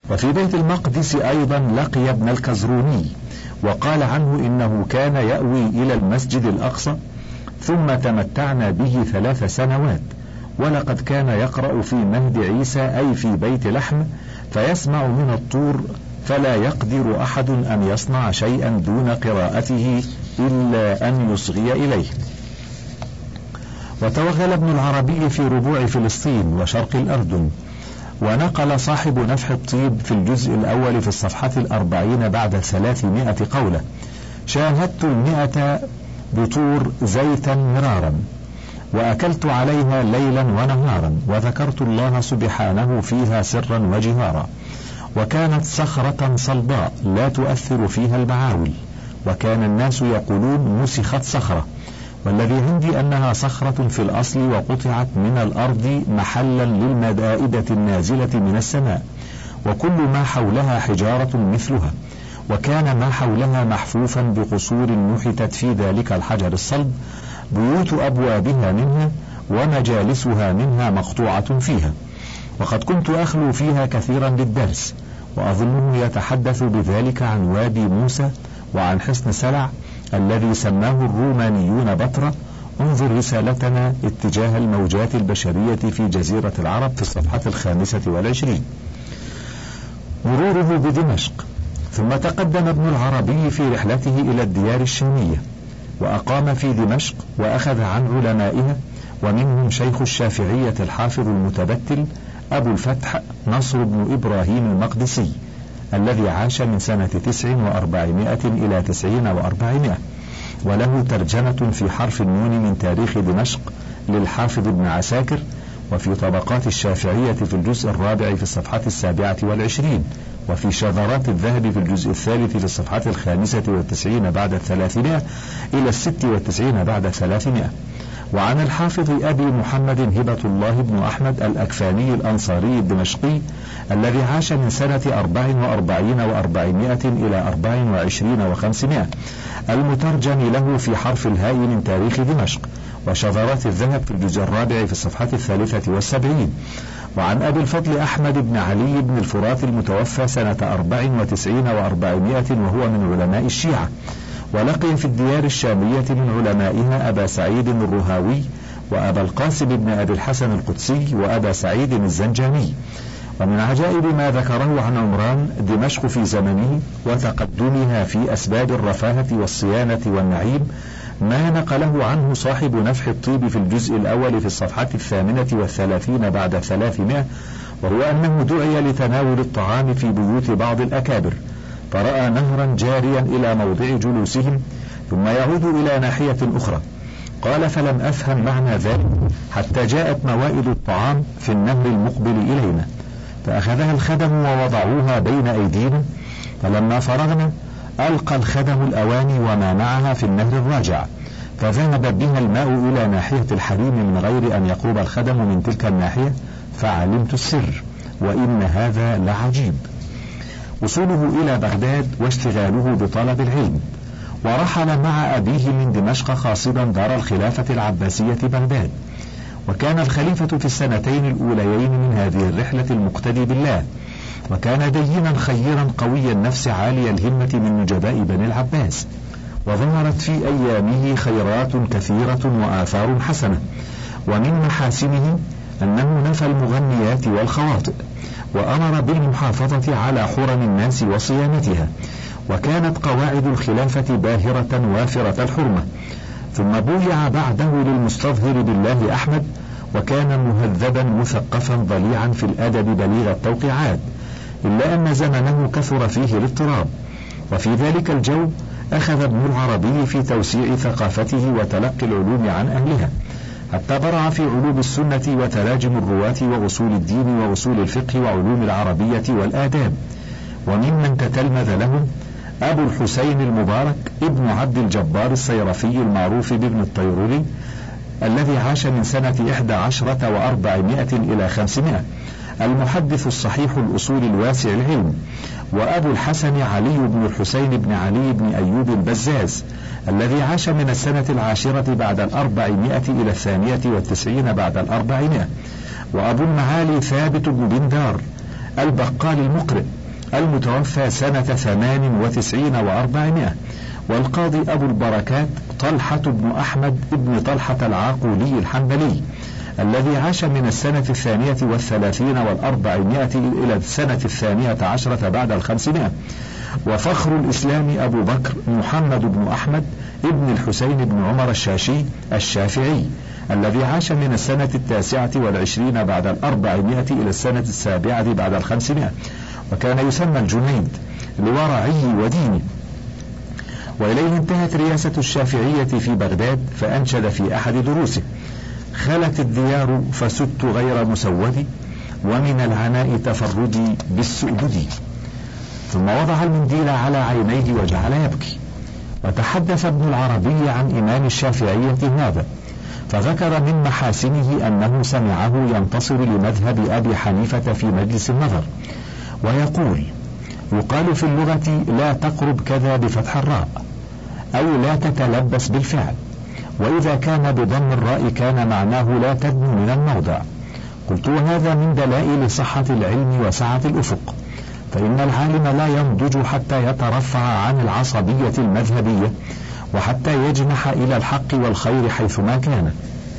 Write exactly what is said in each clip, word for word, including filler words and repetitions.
وفي بيت المقدس أيضا لقي ابن الكزروني، وقال عنه إنه كان يأوي إلى المسجد الأقصى ثم تمتعنا به ثلاث سنوات، ولقد كان يقرأ في مهد عيسى أي في بيت لحم فيسمع من الطور، فلا يقدر أحد أن يصنع شيئا دون قراءته إلا أن يصغي إليه. وتوغل ابن العربي في ربوع فلسطين وشرق الأردن، ونقل صاحب نفح الطيب في الجزء الأول في الصفحة الأربعين بعد ثلاثمائة قولة: شاهدت المئة بطور زيتا مرارا، وأكلت عليها ليلا ونهارا، وذكرت الله سبحانه فيها سرا وجهارا، وكانت صخرة صلباء لا تؤثر فيها المعاول، وكان الناس يقولون مسخت صخرة، والذي عندي أنها صخرة في الأصل وقطعت من الأرض محلا للمدائدة النازلة من السماء، وكل ما حولها حجارة مثلها، وكان ما حولها محفوفا بقصور نحتت في ذلك الحجر الصلب، بيوت أبوابها منها ومجالسها منها مقطوعة فيها. وقد كنت أخلو فيها كثيرا للدرس، وأظنه يتحدث بذلك عن وادي موسى وعن حصن سلع الذي سماه الرومانيون بطرة. انظر رسالتنا اتجاه الموجات البشرية في جزيرة العرب في الصفحة الخامسة والعشرين. مروره بدمشق. ثم تقدم ابن العربي في رحلته إلى الديار الشامية، وأقام في دمشق وأخذ عن علمائها، ومنهم شيخ الشافعية الحافظ المتبتل أبو الفتح نصر بن إبراهيم المقدسي، الذي عاش من سنة تسع وأربعمائة إلى تسعين وأربعمائة، وله ترجمة في حرف النون من تاريخ دمشق للحافظ ابن عساكر، وفي طبقات الشافعية في الجزء الرابع في الصفحة السابعة والعشرين، وفي شذرات الذهب في الجزء الثالث في الصفحة الخامسة والتسعين بعد الثلاثمائة إلى الست والتسعين بعد الثلاثمائة. وعن الحافظ أبي محمد هبة الله بن أحمد الأكفاني الأنصاري الدمشقي، الذي عاش من سنة أربع وأربعين وأربعمائة إلى أربع وعشرين وخمسمائة، المترجم له في حرف الهاء من تاريخ دمشق وشذرات الذهب في الجزء الرابع في الصفحة الثالثة والسبعين. وعن أبي الفضل أحمد بن علي بن الفرات المتوفى سنة أربع وتسعين وأربعمائة، وهو من علماء الشيعة، ولقي في الديار الشامية من علمائها أبا سعيد الرهاوي وأبا القاسم بن أبي الحسن القدسي وأبا سعيد الزنجاني. ومن عجائب ما ذكره عن عمران دمشق في زمنه وتقدمها في أسباب الرفاهة والصيانة والنعيم ما نقله عنه صاحب نفح الطيب في الجزء الأول في الصفحة الثامنة والثلاثين بعد ثلاثمائة، وهو أنه دعي لتناول الطعام في بيوت بعض الأكابر، فرأى نهرا جاريا إلى موضع جلوسهم ثم يعود إلى ناحية أخرى. قال: فلم أفهم معنى ذلك حتى جاءت موائد الطعام في النهر المقبل إلينا، فأخذها الخدم ووضعوها بين أيدينا، فلما فرغنا ألقى الخدم الأواني وما معها في النهر الراجع، فذهب بها الماء إلى ناحية الحريم من غير أن يقرب الخدم من تلك الناحية، فعلمت السر، وإن هذا لعجيب. وصوله إلى بغداد واشتغاله بطلب العلم، ورحل مع أبيه من دمشق قاصدا دار الخلافة العباسية بغداد، وكان الخليفة في السنتين الأوليين من هذه الرحلة المقتدي بالله، وكان دينا خيرا قوي النفس عالي الهمة من نجباء بني العباس، وظهرت في أيامه خيرات كثيرة وآثار حسنة. ومن محاسنه أنه نفى المغنيات والخواطئ، وأمر بالمحافظة على حرم الناس وصيانتها، وكانت قواعد الخلافة باهرة وافرة الحرمة. ثم بويع بعده للمستظهر بالله أحمد، وكان مهذبا مثقفا ضليعا في الأدب بليغ التوقيعات، إلا أن زمنه كثر فيه الاضطراب، وفي ذلك الجو أخذ ابن العربي في توسيع ثقافته وتلقي العلوم عن أهلها، حتى برع في علوم السنة وتراجم الرواة وأصول الدين وأصول الفقه وعلوم العربية والآداب. وممن تتلمذ لهم أبو الحسين المبارك ابن عبد الجبار الصيرفي المعروف بابن الطيروري، الذي عاش من سنة إحدى عشرة وأربعمائة إلى خمسمائة، المحدث الصحيح الأصول الواسع العلم. وأبو الحسن علي بن الحسين بن علي بن أيوب البزاز، الذي عاش من السنة العاشرة بعد الأربعمائة إلى الثانية والتسعين بعد الأربعمائة. وأبو المعالي ثابت بن بندار البقال المقرئ، المتوفى سنة ثمان وتسعين وأربعمائة، والقاضي أبو البركات طلحة بن أحمد بن طلحة العاقولي الحنبلي الذي عاش من السنة الثانية والثلاثين والأربعمائة إلى السنة الثانية عشرة بعد الخمسمائة. وفخر الإسلام أبو بكر محمد بن أحمد ابن الحسين بن عمر الشاشي الشافعي الذي عاش من السنة التاسعة والعشرين بعد الأربعمائة إلى السنة السابعة بعد الخمسمائة، وكان يسمى الجنيد لورعه ودينه. وإليه انتهت رياسة الشافعية في بغداد، فأنشد في أحد دروسه: خلت الديار فسدت غير مسودي، ومن العناء تفردي بالسؤدد. ثم وضع المنديل على عينيه وجعل يبكي. وتحدث ابن العربي عن إمام الشافعية هذا، فذكر من محاسنه أنه سمعه ينتصر لمذهب أبي حنيفة في مجلس النظر، ويقول: يقال في اللغة لا تقرب كذا بفتح الراء، أو لا تتلبس بالفعل، وإذا كان بضم الراء كان معناه لا تدنو من الموضع. قلت: وهذا من دلائل صحة العلم وسعة الأفق، فإن العالم لا ينضج حتى يترفع عن العصبية المذهبية، وحتى يجنح إلى الحق والخير حيثما كان.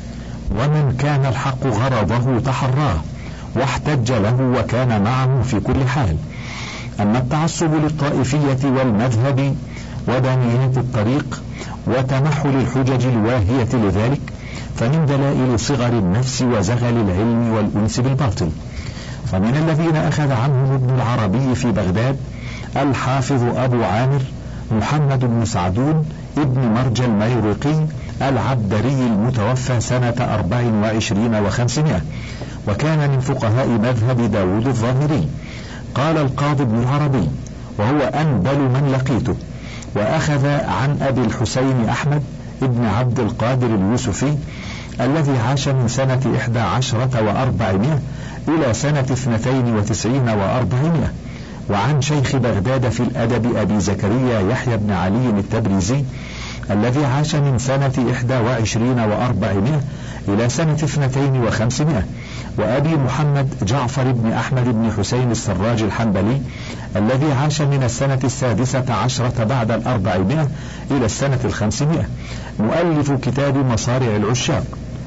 ومن كان الحق غرضه تحراه واحتج له وكان معه في كل حال. أما التعصب للطائفية والمذهب ودانيات الطريق وتمحل الحجج الواهية لذلك فمن دلائل صغر النفس وزغل العلم والأنس بالباطل. ومن الذين أخذ عنهم ابن العربي في بغداد الحافظ أبو عامر محمد بن سعدون ابن مرجى الميرقي العبدري المتوفى سنة أربع وعشرين وخمسمائة، وكان من فقهاء مذهب داود الظاهري. قال القاضي ابن العربي وهو أنبل من لقيته، وأخذ عن أبي الحسين أحمد ابن عبد القادر اليوسفي الذي عاش من سنة إحدى عشرة وأربعمائة إلى سنة اثنتين وتسعين وأربعمائة، وعن شيخ بغداد في الأدب أبي زكريا يحيى بن علي التبريزي الذي عاش من سنة إحدى وعشرين وأربعمائة إلى سنة اثنتين وخمسمائة، وأبي محمد جعفر بن أحمد بن حسين السراج الحنبلي الذي عاش من السنة السادسة عشرة بعد الأربعمائة إلى السنة الخمسمائة، مؤلف كتاب مصارع العشاق.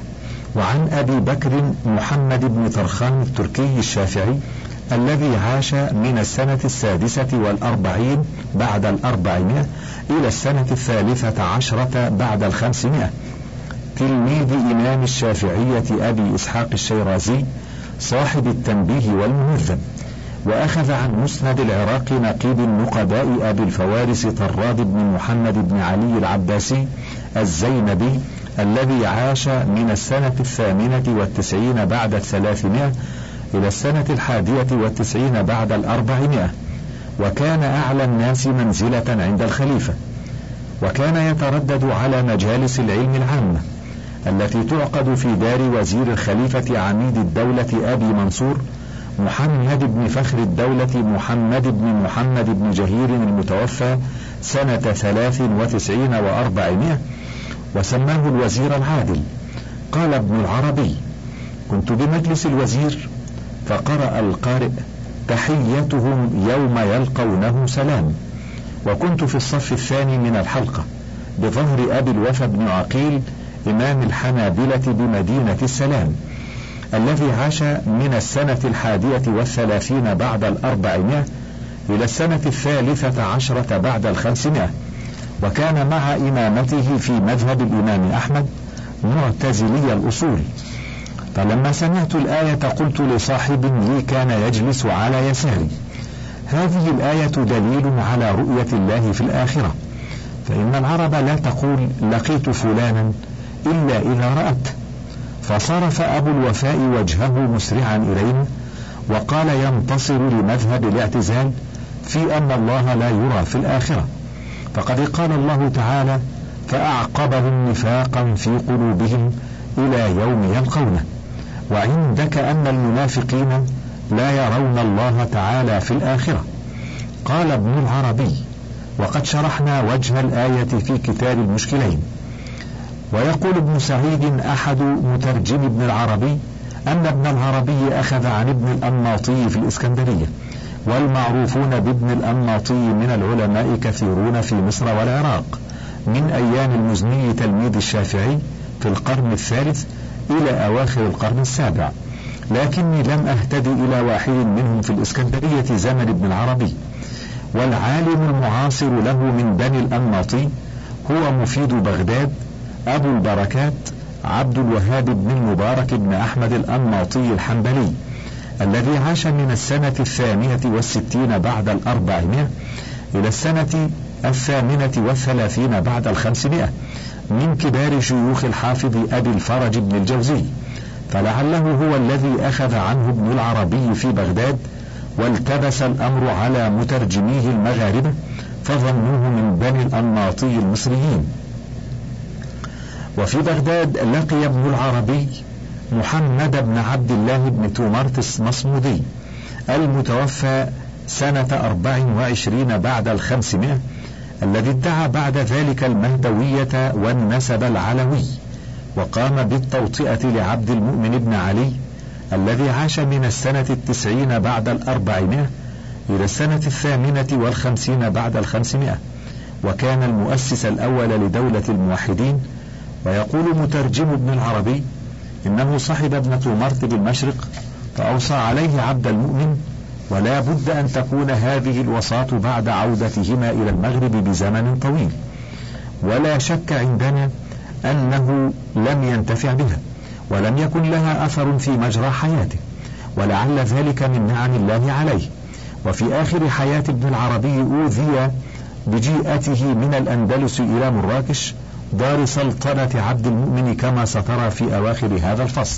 وعن أبي بكر محمد بن طرخان التركي الشافعي الذي عاش من السنة السادسة والأربعين بعد الأربعمائة إلى السنة الثالثة عشرة بعد الخمسمائة، تلميذ إمام الشافعية أبي إسحاق الشيرازي صاحب التنبيه والمهذب. وأخذ عن مسند العراق نقيب النقباء أبي الفوارس طراد بن محمد بن علي العباسي الزينبي الذي عاش من السنة الثامنة والتسعين بعد الثلاثمائة إلى السنة الحادية والتسعين بعد الأربعمائة، وكان أعلى الناس منزلة عند الخليفة، وكان يتردد على مجالس العلم العامة التي تعقد في دار وزير الخليفة عميد الدولة أبي منصور محمد بن فخر الدولة محمد بن محمد بن جهير المتوفى سنة ثلاث وتسعين وأربعمائة، وسماه الوزير العادل. قال ابن العربي: كنت بمجلس الوزير فقرأ القارئ: تحيتهم يوم يلقونه سلام، وكنت في الصف الثاني من الحلقة بظهر أبي الوفا بن عقيل إمام الحنابلة بمدينة السلام الذي عاش من السنة الحادية والثلاثين بعد الأربعمائة إلى السنة الثالثة عشرة بعد الخمسمائة، وكان مع إمامته في مذهب الإمام أحمد معتزلي الأصول. فلما سمعت الآية قلت لصاحب لي كان يجلس على يساري: هذه الآية دليل على رؤية الله في الآخرة، فإن العرب لا تقول لقيت فلانا إلا إذا رأت. فصرف أبو الوفاء وجهه مسرعا إلينا وقال ينتصر لمذهب الاعتزال في أن الله لا يرى في الآخرة، فقد قال الله تعالى: فأعقبهم نفاقا في قلوبهم إلى يوم يلقونه. وعندك أن المنافقين لا يرون الله تعالى في الآخرة. قال ابن العربي: وقد شرحنا وجه الآية في كتاب المشكلين. ويقول ابن سعيد أحد مترجم ابن العربي أن ابن العربي أخذ عن ابن الأنماطي في الإسكندرية والمعروفون بابن الأنماطي من العلماء كثيرون في مصر والعراق، من أيام المزني تلميذ الشافعي في القرن الثالث إلى أواخر القرن السابع، لكني لم أهتدي إلى واحد منهم في الإسكندرية زمن ابن العربي. والعالم المعاصر له من بني الأنماطي هو مفيد بغداد أبو البركات عبد الوهاب بن المبارك بن أحمد الأنماطي الحنبلي، الذي عاش من السنة الثانية والستين بعد الأربعمائة إلى السنة الثامنة والثلاثين بعد الخمسمائة، من كبار شيوخ الحافظ أبي الفرج بن الجوزي، فلعله هو الذي أخذ عنه ابن العربي في بغداد، والتبس الأمر على مترجميه المغاربة فظنوه من بني الأنماطي المصريين. وفي بغداد لقي ابن العربي محمد بن عبد الله بن تومرتس مصمودي المتوفى سنة أربع وعشرين بعد الخمسمائة، الذي ادعى بعد ذلك المهدوية والنسب العلوي، وقام بالتوطئة لعبد المؤمن بن علي الذي عاش من السنة التسعين بعد الأربعمائة إلى السنة الثامنة والخمسين بعد الخمسمائة، وكان المؤسس الأول لدولة الموحدين. ويقول مترجم ابن العربي إنه صحب ابن تومرت بالمشرق فأوصى عليه عبد المؤمن، ولا بد أن تكون هذه الوصاة بعد عودتهما إلى المغرب بزمن طويل، ولا شك عندنا أنه لم ينتفع بها ولم يكن لها أثر في مجرى حياته، ولعل ذلك من نعم الله عليه. وفي آخر حياة ابن العربي أوذي بجيئته من الأندلس إلى مراكش دار سلطنة عبد المؤمن كما سترى في أواخر هذا الفصل.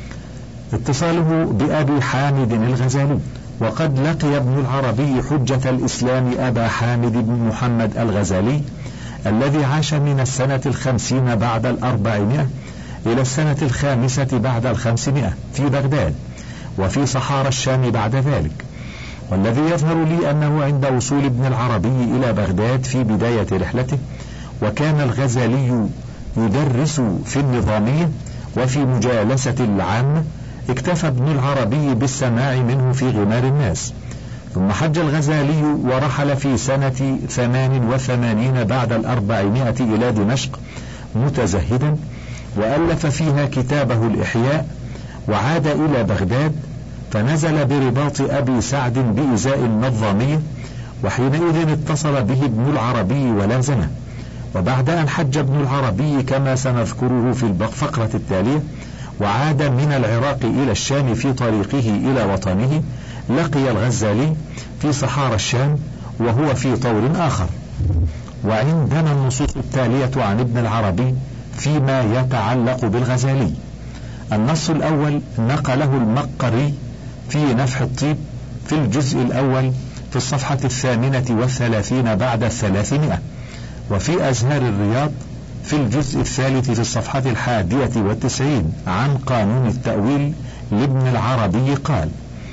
اتصاله بأبي حامد الغزالي، وقد لقي ابن العربي حجة الإسلام أبا حامد بن محمد الغزالي الذي عاش من السنة الخمسين بعد الأربعمائة إلى السنة الخامسة بعد الخمسمائة في بغداد وفي صحارى الشام بعد ذلك، والذي يظهر لي أنه عند وصول ابن العربي إلى بغداد في بداية رحلته، وكان الغزالي يدرس في النظامية وفي مجالسة العامة، اكتفى ابن العربي بالسماع منه في غمار الناس، ثم حج الغزالي ورحل في سنة ثمان وثمانين بعد الأربعمائة إلى دمشق متزهدا، وألف فيها كتابه الإحياء، وعاد إلى بغداد فنزل برباط أبي سعد بإزاء النظامية، وحينئذ اتصل به ابن العربي ولازمه. وبعد أن حج ابن العربي كما سنذكره في الفقرة التالية وعاد من العراق إلى الشام في طريقه إلى وطنه، لقي الغزالي في صحارى الشام وهو في طور آخر. وعندنا النصوص التالية عن ابن العربي فيما يتعلق بالغزالي. النص الأول نقله المقري في نفح الطيب في الجزء الأول في الصفحة الثامنة والثلاثين بعد الثلاثمائة، وفي أزهار الرياض في الجزء الثالث في الصفحة الحادية والتسعين عن قانون التأويل لابن العربي قال: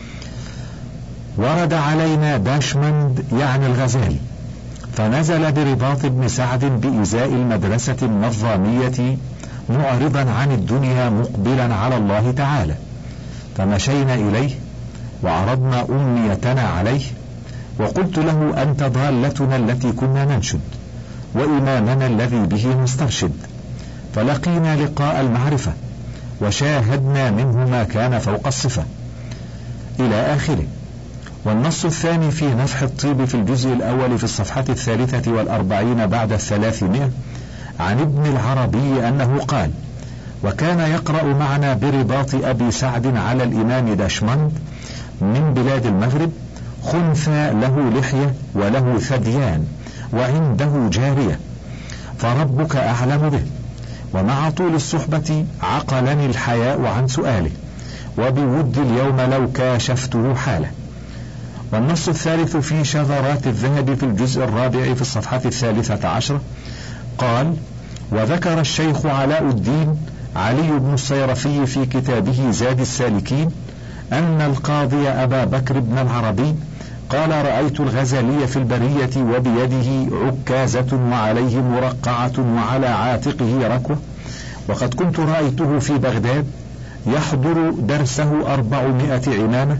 ورد علينا داشمند يعني الغزالي، فنزل برباط ابن سعد بإزاء المدرسة النظامية معرضا عن الدنيا مقبلا على الله تعالى، فمشينا إليه وعرضنا أمنيتنا عليه، وقلت له: أنت ضالتنا التي كنا ننشد وإمامنا الذي به نسترشد، فلقينا لقاء المعرفة وشاهدنا منه ما كان فوق الصفة إلى آخره. والنص الثاني في نفح الطيب في الجزء الأول في الصفحة الثالثة والأربعين بعد الثلاثمائة عن ابن العربي أنه قال: وكان يقرأ معنا برباط أبي سعد على الإمام داشمند من بلاد المغرب، خنثى له لحية وله ثديان وعنده جارية، فربك أعلم به. ومع طول الصحبة عقلني الحياء عن سؤاله، وبود اليوم لو كاشفته حاله. والنص الثالث في شذرات الذهب في الجزء الرابع في الصفحة الثالثة عشرة قال: وذكر الشيخ علاء الدين علي بن الصيرفي في كتابه زاد السالكين أن القاضي أبا بكر بن العربي قال: رأيت الغزالي في البرية وبيده عكازة وعليه مرقعة وعلى عاتقه ركوة، وقد كنت رأيته في بغداد يحضر درسه أربعمائة عمامة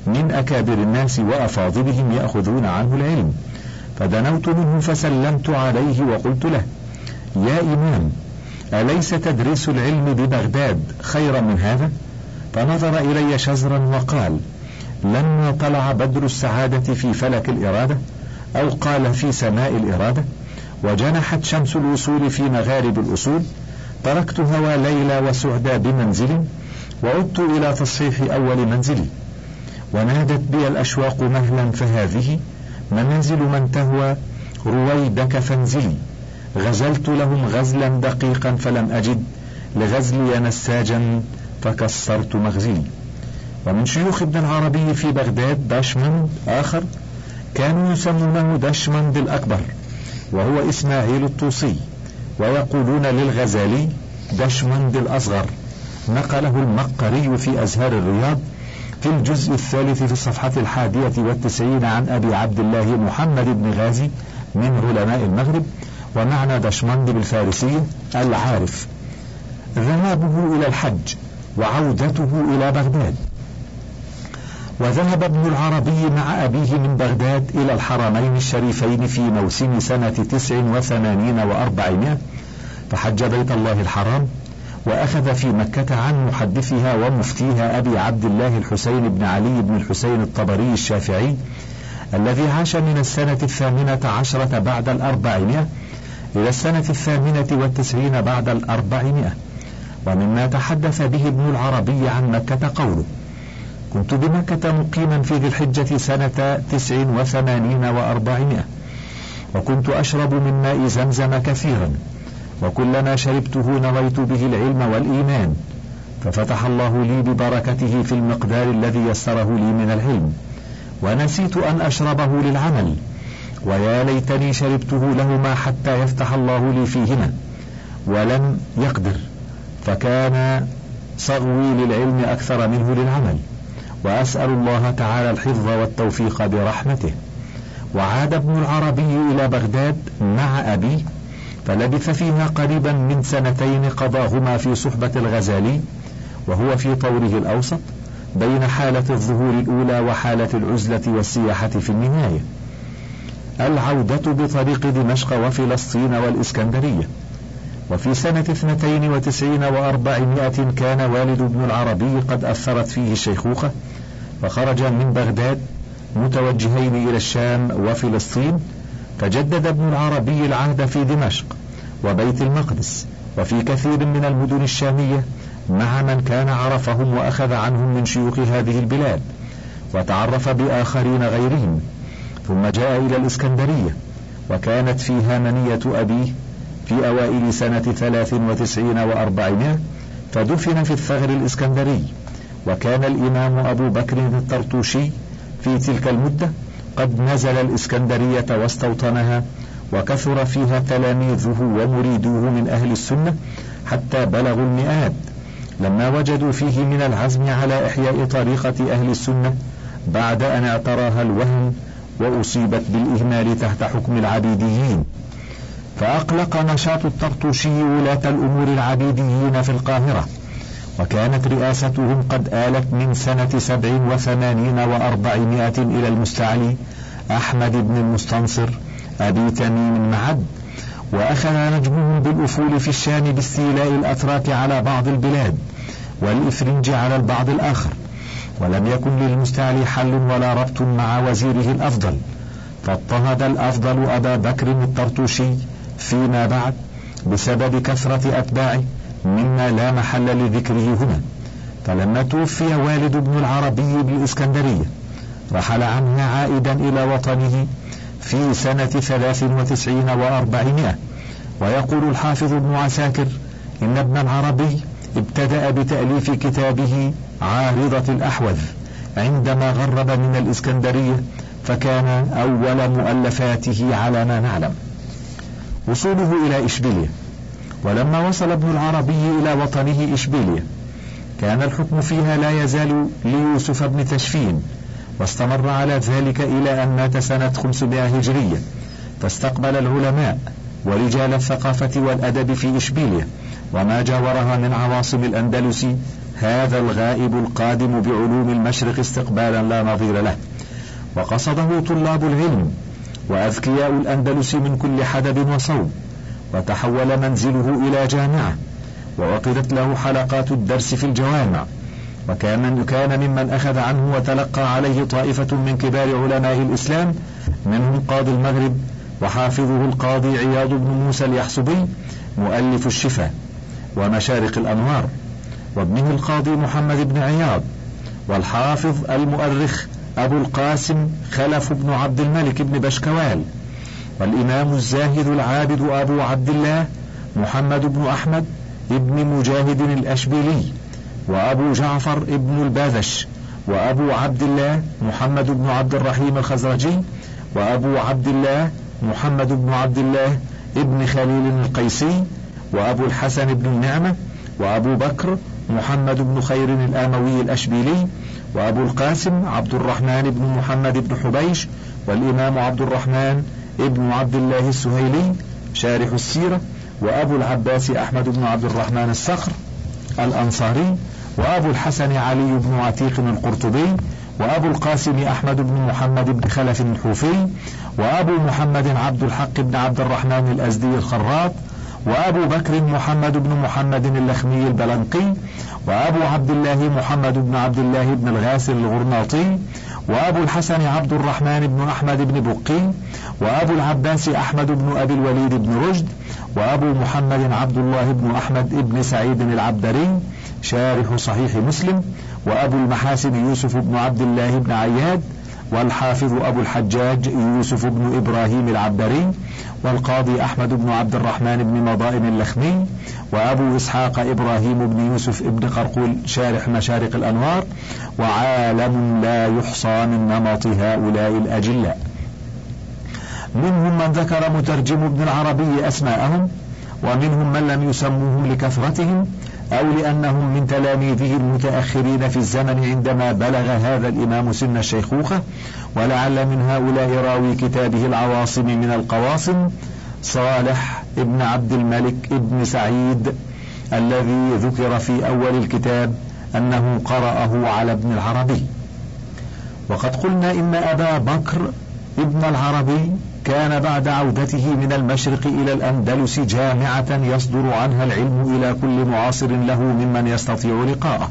من أكابر الناس وأفاضلهم يأخذون عنه العلم، فدنوت منه فسلمت عليه وقلت له: يا إمام، أليس تدريس العلم ببغداد خيرا من هذا؟ فنظر إلي شزرا وقال: لما طلع بدر السعادة في فلك الإرادة، أو قال في سماء الإرادة، وجنحت شمس الوصول في مغارب الأصول، تركت هوى ليلى وسعدى بمنزلي، وعدت إلى تصحيح أول منزلي، ونادت بي الأشواق مهلا، فهذه منازل من تهوى رويدك فانزلي. غزلت لهم غزلا دقيقا فلم أجد لغزلي نساجا فكسرت مغزلي. ومن شيوخ ابن العربي في بغداد دشمند آخر كانوا يسمونه دشمند الأكبر، وهو إسماعيل الطوسي، ويقولون للغزالي دشمند الأصغر. نقله المقري في أزهار الرياض في الجزء الثالث في الصفحة الحادية والتسعين عن أبي عبد الله محمد بن غازي من علماء المغرب. ومعنى دشمند بالفارسية العارف. ذهابه إلى الحج وعودته إلى بغداد. وذهب ابن العربي مع أبيه من بغداد إلى الحرمين الشريفين في موسم سنة تسع وثمانين وأربعمائة، فحج بيت الله الحرام، وأخذ في مكة عن محدثها ومفتيها أبي عبد الله الحسين بن علي بن الحسين الطبري الشافعي، الذي عاش من السنة الثامنة عشرة بعد الأربعمائة إلى السنة الثامنة والتسعين بعد الأربعمائة. ومما تحدث به ابن العربي عن مكة قوله: كنت بمكة مقيما في ذي الحجة سنة تسع وثمانين وأربعمائة، وكنت أشرب من ماء زمزم كثيرا، وكلما شربته نويت به العلم والإيمان، ففتح الله لي ببركته في المقدار الذي يسره لي من العلم، ونسيت أن أشربه للعمل، ويا ليتني شربته لهما حتى يفتح الله لي فيهما، ولم يقدر، فكان صغوي للعلم أكثر منه للعمل، وأسأل الله تعالى الحفظ والتوفيق برحمته. وعاد ابن العربي إلى بغداد مع أبيه، فلبث فيها قريبا من سنتين قضاهما في صحبة الغزالي، وهو في طوره الأوسط بين حالة الظهور الأولى وحالة العزلة والسياحة في النهاية. العودة بطريق دمشق وفلسطين والإسكندرية. وفي سنة اثنتين وتسعين وأربعمائة كان والد ابن العربي قد أثرت فيه الشيخوخة، فخرج من بغداد متوجهين إلى الشام وفلسطين، فجدد ابن العربي العهد في دمشق وبيت المقدس وفي كثير من المدن الشامية مع من كان عرفهم وأخذ عنهم من شيوخ هذه البلاد، وتعرف بآخرين غيرهم، ثم جاء إلى الإسكندرية، وكانت فيها منية أبيه في أوائل سنة ثلاث وتسعين وأربعمائة، فدفن في الثغر الإسكندري. وكان الإمام أبو بكر الطرطوشي في تلك المدة قد نزل الإسكندرية واستوطنها، وكثر فيها تلاميذه ومريدوه من أهل السنة حتى بلغوا المئات، لما وجدوا فيه من العزم على إحياء طريقة أهل السنة بعد أن اعتراها الوهن وأصيبت بالإهمال تحت حكم العبيديين. فأقلق نشاط الطرطوشي ولاة الأمور العبيديين في القاهرة، وكانت رئاستهم قد آلت من سنة سبع وثمانين وأربعمائة إلى المستعلي أحمد بن المستنصر أبي تميم معد، وأخذ نجمهم بالأفول في الشام باستيلاء الأتراك على بعض البلاد والإفرنج على البعض الآخر، ولم يكن للمستعلي حل ولا ربط مع وزيره الأفضل، فاضطهد الأفضل أبا بكر الطرطوشي فيما بعد بسبب كثرة أتباعه، مما لا محل لذكره هنا. فلما توفي والد ابن العربي بالإسكندرية رحل عنها عائدا إلى وطنه في سنة ثلاث وتسعين وأربعمائة. ويقول الحافظ ابن عساكر إن ابن العربي ابتدأ بتأليف كتابه عارضة الأحوذ عندما غرب من الإسكندرية، فكان أول مؤلفاته على ما نعلم. وصوله إلى إشبيلية. ولما وصل ابن العربي إلى وطنه إشبيلية كان الحكم فيها لا يزال ليوسف بن تشفين، واستمر على ذلك إلى أن مات سنة خمسمائة هجرية، فاستقبل العلماء ورجال الثقافة والأدب في إشبيلية وما جاورها من عواصم الأندلس هذا الغائب القادم بعلوم المشرق استقبالا لا نظير له، وقصده طلاب العلم وأذكياء الأندلس من كل حدب وصوب، وتحول منزله إلى جامعة، ووقدت له حلقات الدرس في الجوامع، وكان كان ممن أخذ عنه وتلقى عليه طائفة من كبار علماء الإسلام، منهم قاضي المغرب وحافظه القاضي عياض بن موسى اليحسبي مؤلف الشفا ومشارق الأنوار، وابنه القاضي محمد بن عياض، والحافظ المؤرخ أبو القاسم خلف بن عبد الملك بن بشكوال، والإمام الزاهد العابد أبو عبد الله محمد بن أحمد ابن مجاهد الأشبيلي، وأبو جعفر ابن الباذش، وأبو عبد الله محمد بن عبد الرحيم الخزرجي، وأبو عبد الله محمد بن عبد الله ابن خليل القيسي، وأبو الحسن بن النعمة، وأبو بكر محمد بن خير الآموي الأشبيلي، وأبو القاسم عبد الرحمن بن محمد بن حبيش، والإمام عبد الرحمن ابن عبد الله السهيلي شارح السيرة، وأبو العباس أحمد بن عبد الرحمن الصخر الأنصاري، وأبو الحسن علي بن عتيق القرطبي، وأبو القاسم أحمد بن محمد بن خلف الحوفي، وأبو محمد عبد الحق بن عبد الرحمن الأزدي الخراط، وأبو بكر محمد بن محمد اللخمي البلنقي، وأبو عبد الله محمد بن عبد الله بن الغاسل الغرناطي، وأبو الحسن عبد الرحمن بن أحمد بن بقي، وأبو العباس أحمد بن أبي الوليد بن رشد، وأبو محمد عبد الله بن أحمد بن سعيد العبدري شارح صحيح مسلم، وأبو المحاسن يوسف بن عبد الله بن عياد، والحافظ أبو الحجاج يوسف بن إبراهيم العبدري، والقاضي أحمد بن عبد الرحمن بن مضائن اللخمي، وأبو إسحاق إبراهيم بن يوسف بن قرقول شارح مشارق الأنوار، وعالم لا يحصى من نمط هؤلاء الأجلاء. منهم من ذكر مترجم ابن العربي أسماءهم، ومنهم من لم يسموهم لكثرتهم أو لأنهم من تلاميذه المتأخرين في الزمن عندما بلغ هذا الإمام سن الشيخوخة، ولعل من هؤلاء راوي كتابه العواصم من القواصم صالح ابن عبد الملك ابن سعيد الذي ذكر في أول الكتاب أنه قرأه على ابن العربي. وقد قلنا إن أبا بكر ابن العربي كان بعد عودته من المشرق إلى الأندلس جامعة يصدر عنها العلم إلى كل معاصر له ممن يستطيع لقاءه،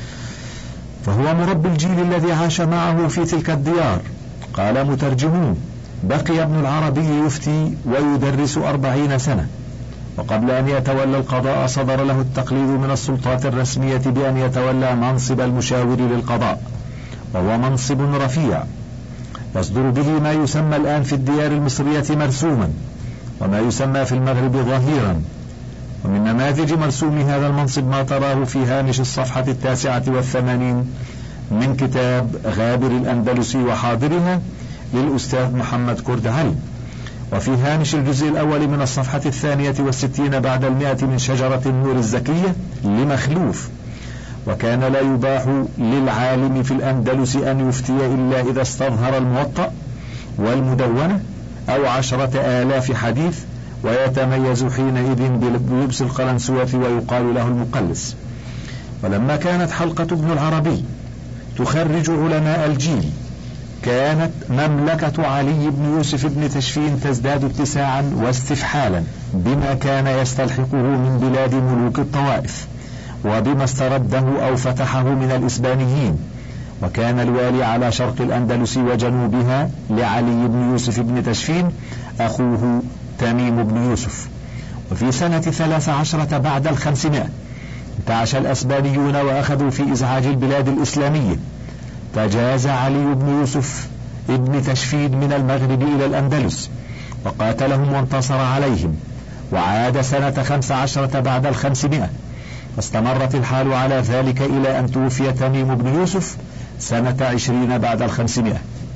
فهو مربي الجيل الذي عاش معه في تلك الديار. قال مترجمون: بقي ابن العربي يفتي ويدرس أربعين سنة، وقبل أن يتولى القضاء صدر له التقليد من السلطات الرسمية بأن يتولى منصب المشاور للقضاء، وهو منصب رفيع يصدر به ما يسمى الآن في الديار المصرية مرسوما، وما يسمى في المغرب ظهيرا. ومن نماذج مرسوم هذا المنصب ما تراه في هامش الصفحة التاسعة والثمانين من كتاب غابر الأندلس وحاضرها للأستاذ محمد كرد علي، وفي هامش الجزء الأول من الصفحة الثانية والستين بعد المئة من شجرة النور الزكية لمخلوف. وكان لا يباح للعالم في الأندلس أن يفتي إلا إذا استظهر الموطأ والمدونة أو عشرة آلاف حديث، ويتميز حينئذ بلبس القلنسوة ويقال له المقلس. ولما كانت حلقة ابن العربي تخرج علماء الجيل، كانت مملكة علي بن يوسف بن تشفين تزداد اتساعا واستفحالا بما كان يستلحقه من بلاد ملوك الطوائف، وبما استرده أو فتحه من الإسبانيين. وكان الوالي على شرق الأندلس وجنوبها لعلي بن يوسف بن تشفين أخوه تميم بن يوسف. وفي سنة ثلاث عشرة بعد الخمسمائة انتعش الأسبانيون وأخذوا في إزعاج البلاد الإسلامية، فجاز علي بن يوسف ابن تشفين من المغرب إلى الأندلس وقاتلهم وانتصر عليهم، وعاد سنة خمس عشرة بعد الخمسمائة، فاستمرت الحال على ذلك إلى أن توفي تميم بن يوسف سنة عشرين بعد الخمسمائة،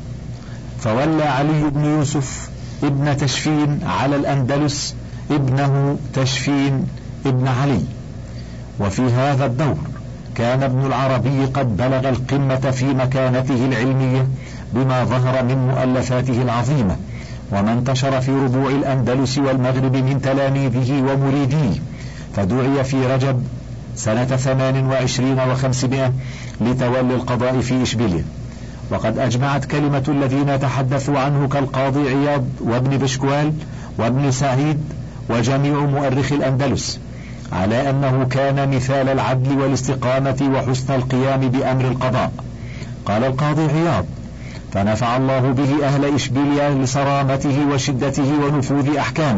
فولى علي بن يوسف ابن تشفين على الأندلس ابنه تشفين ابن علي. وفي هذا الدور كان ابن العربي قد بلغ القمة في مكانته العلمية بما ظهر من مؤلفاته العظيمة، وما انتشر في ربوع الأندلس والمغرب من تلاميذه ومريديه، فدعي في رجب سنة ثمان وعشرين وخمسمائة لتولي القضاء في إشبيلية. وقد أجمعت كلمة الذين تحدثوا عنه كالقاضي عياض وابن بشكوال وابن سعيد وجميع مؤرخي الأندلس على أنه كان مثال العدل والاستقامة وحسن القيام بأمر القضاء. قال القاضي عياض: فنفع الله به أهل إشبيلية لصرامته وشدته ونفوذ أحكامه،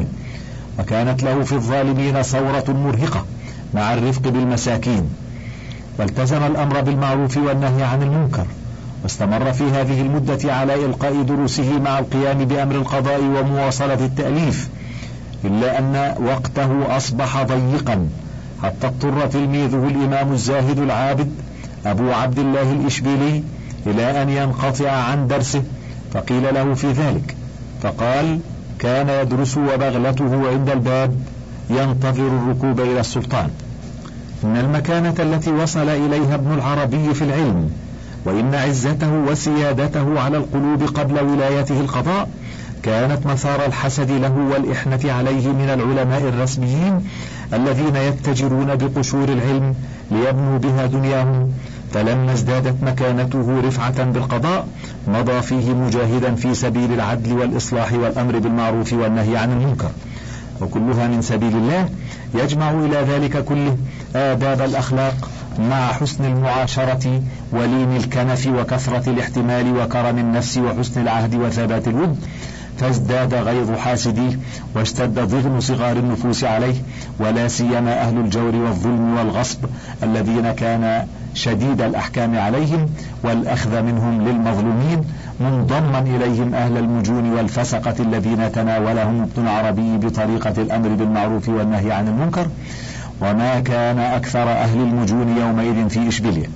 وكانت له في الظالمين ثورة مرهقة مع الرفق بالمساكين، والتزم الأمر بالمعروف والنهي عن المنكر، واستمر في هذه المدة على إلقاء دروسه مع القيام بأمر القضاء ومواصلة التأليف، إلا أن وقته أصبح ضيقا حتى اضطر تلميذه الإمام الزاهد العابد أبو عبد الله الإشبيلي إلى أن ينقطع عن درسه، فقيل له في ذلك فقال: كان يدرس وبغلته عند الباب ينتظر الركوب إلى السلطان. إن المكانة التي وصل إليها ابن العربي في العلم، وإن عزته وسيادته على القلوب قبل ولايته القضاء، كانت مثار الحسد له والإحنة عليه من العلماء الرسميين الذين يتجرون بقشور العلم ليبنوا بها دنياهم. فلما ازدادت مكانته رفعة بالقضاء مضى فيه مجاهدا في سبيل العدل والإصلاح والأمر بالمعروف والنهي عن المنكر، وكلها من سبيل الله، يجمع إلى ذلك كله آداب الأخلاق مع حسن المعاشرة ولين الكنف وكثرة الاحتمال وكرم النفس وحسن العهد وثبات الود، فازداد غيظ حاسديه واشتد ضغن صغار النفوس عليه، ولا سيما أهل الجور والظلم والغصب الذين كان شديد الأحكام عليهم والأخذ منهم للمظلومين، منضما إليهم أهل المجون والفسقة الذين تناولهم ابن العربي بطريقة الأمر بالمعروف والنهي عن المنكر. وما كان أكثر أهل المجون يومئذ في إشبيلية.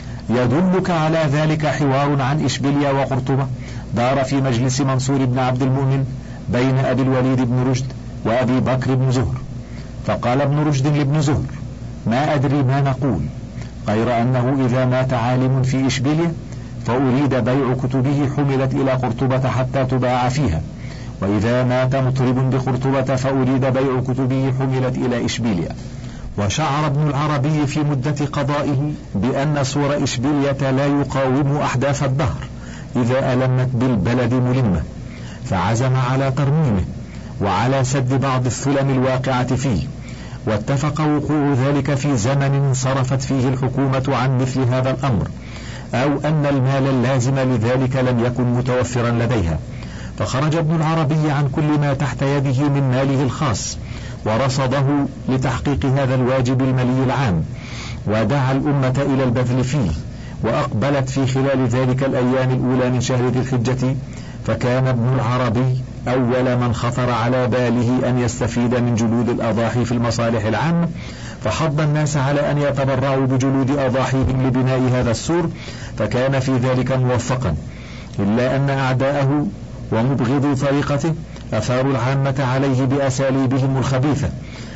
يدلك على ذلك حوار عن إشبيلية وقرطبة دار في مجلس منصور بن عبد المؤمن بين أبي الوليد بن رشد وأبي بكر بن زهر. فقال ابن رشد لابن زهر: ما أدري ما نقول، غير أنه إذا مات عالم في إشبيلية فأريد بيع كتبه حملت إلى قرطبة حتى تباع فيها، وإذا مات مطرب بقرطبة فأريد بيع كتبه حملت إلى إشبيلية. وشعر ابن العربي في مدة قضائه بأن صور إشبيلية لا يقاوم أحداث الدهر إذا ألمت بالبلد ملمة، فعزم على ترميمه وعلى سد بعض الثلم الواقعة فيه، واتفق وقوع ذلك في زمن صرفت فيه الحكومة عن مثل هذا الأمر، أو أن المال اللازم لذلك لم يكن متوفرا لديها، فخرج ابن العربي عن كل ما تحت يده من ماله الخاص ورصده لتحقيق هذا الواجب المالي العام، ودعا الأمة إلى البذل فيه. وأقبلت في خلال ذلك الأيام الأولى من شهر ذي الحجة، فكان ابن العربي أول من خطر على باله أن يستفيد من جلود الأضاحي في المصالح العامة، فحض الناس على أن يتبرعوا بجلود أضاحيهم لبناء هذا السور، فكان في ذلك موفقا، إلا أن أعداءه ومبغضو طريقته أثاروا العامة عليه بأساليبهم الخبيثة،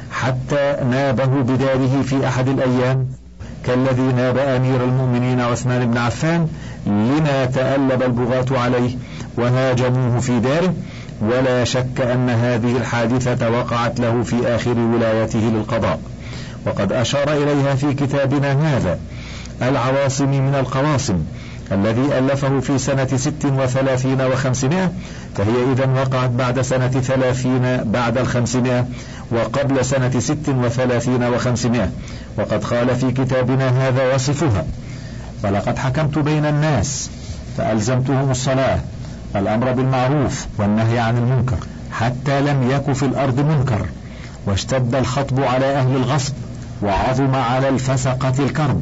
حتى نابه بداره في أحد الأيام كالذي ناب أمير المؤمنين عثمان بن عفان لما تألب البغاة عليه وهاجموه في داره. ولا شك أن هذه الحادثة وقعت له في آخر ولايته للقضاء، وقد أشار إليها في كتابنا هذا العواصم من القواصم الذي ألفه في سنة ست وثلاثين وخمسمائة، فهي إذن وقعت بعد سنة ثلاثين بعد الخمسمائة وقبل سنة ست وثلاثين وخمسمائة. وقد قال في كتابنا هذا وصفها: ولقد حكمت بين الناس فألزمتهم الصلاة والأمر بالمعروف والنهي عن المنكر، حتى لم يك في الأرض منكر، واشتد الخطب على أهل الغصب، وعظم على الفسقة الكرب،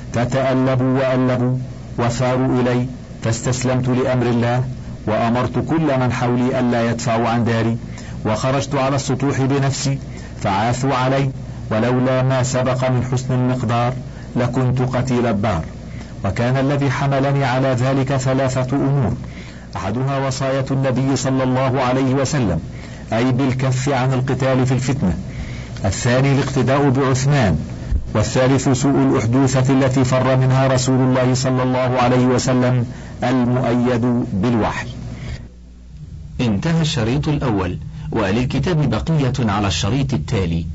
فتألبوا وألبوا وثاروا إلي، فاستسلمت لأمر الله، وأمرت كل من حولي ألا يدفعوا عن داري، وخرجت على السطوح بنفسي فعاثوا علي، ولولا ما سبق من حسن المقدار لكنت قتيل الدار. وكان الذي حملني على ذلك ثلاثة أمور: أحدها وصاية النبي صلى الله عليه وسلم، أي بالكف عن القتال في الفتنة، الثاني الاقتداء بعثمان، والثالث سوء الأحدوثة التي فر منها رسول الله صلى الله عليه وسلم المؤيد بالوحي. انتهى الشريط الأول، وللكتاب بقية على الشريط التالي.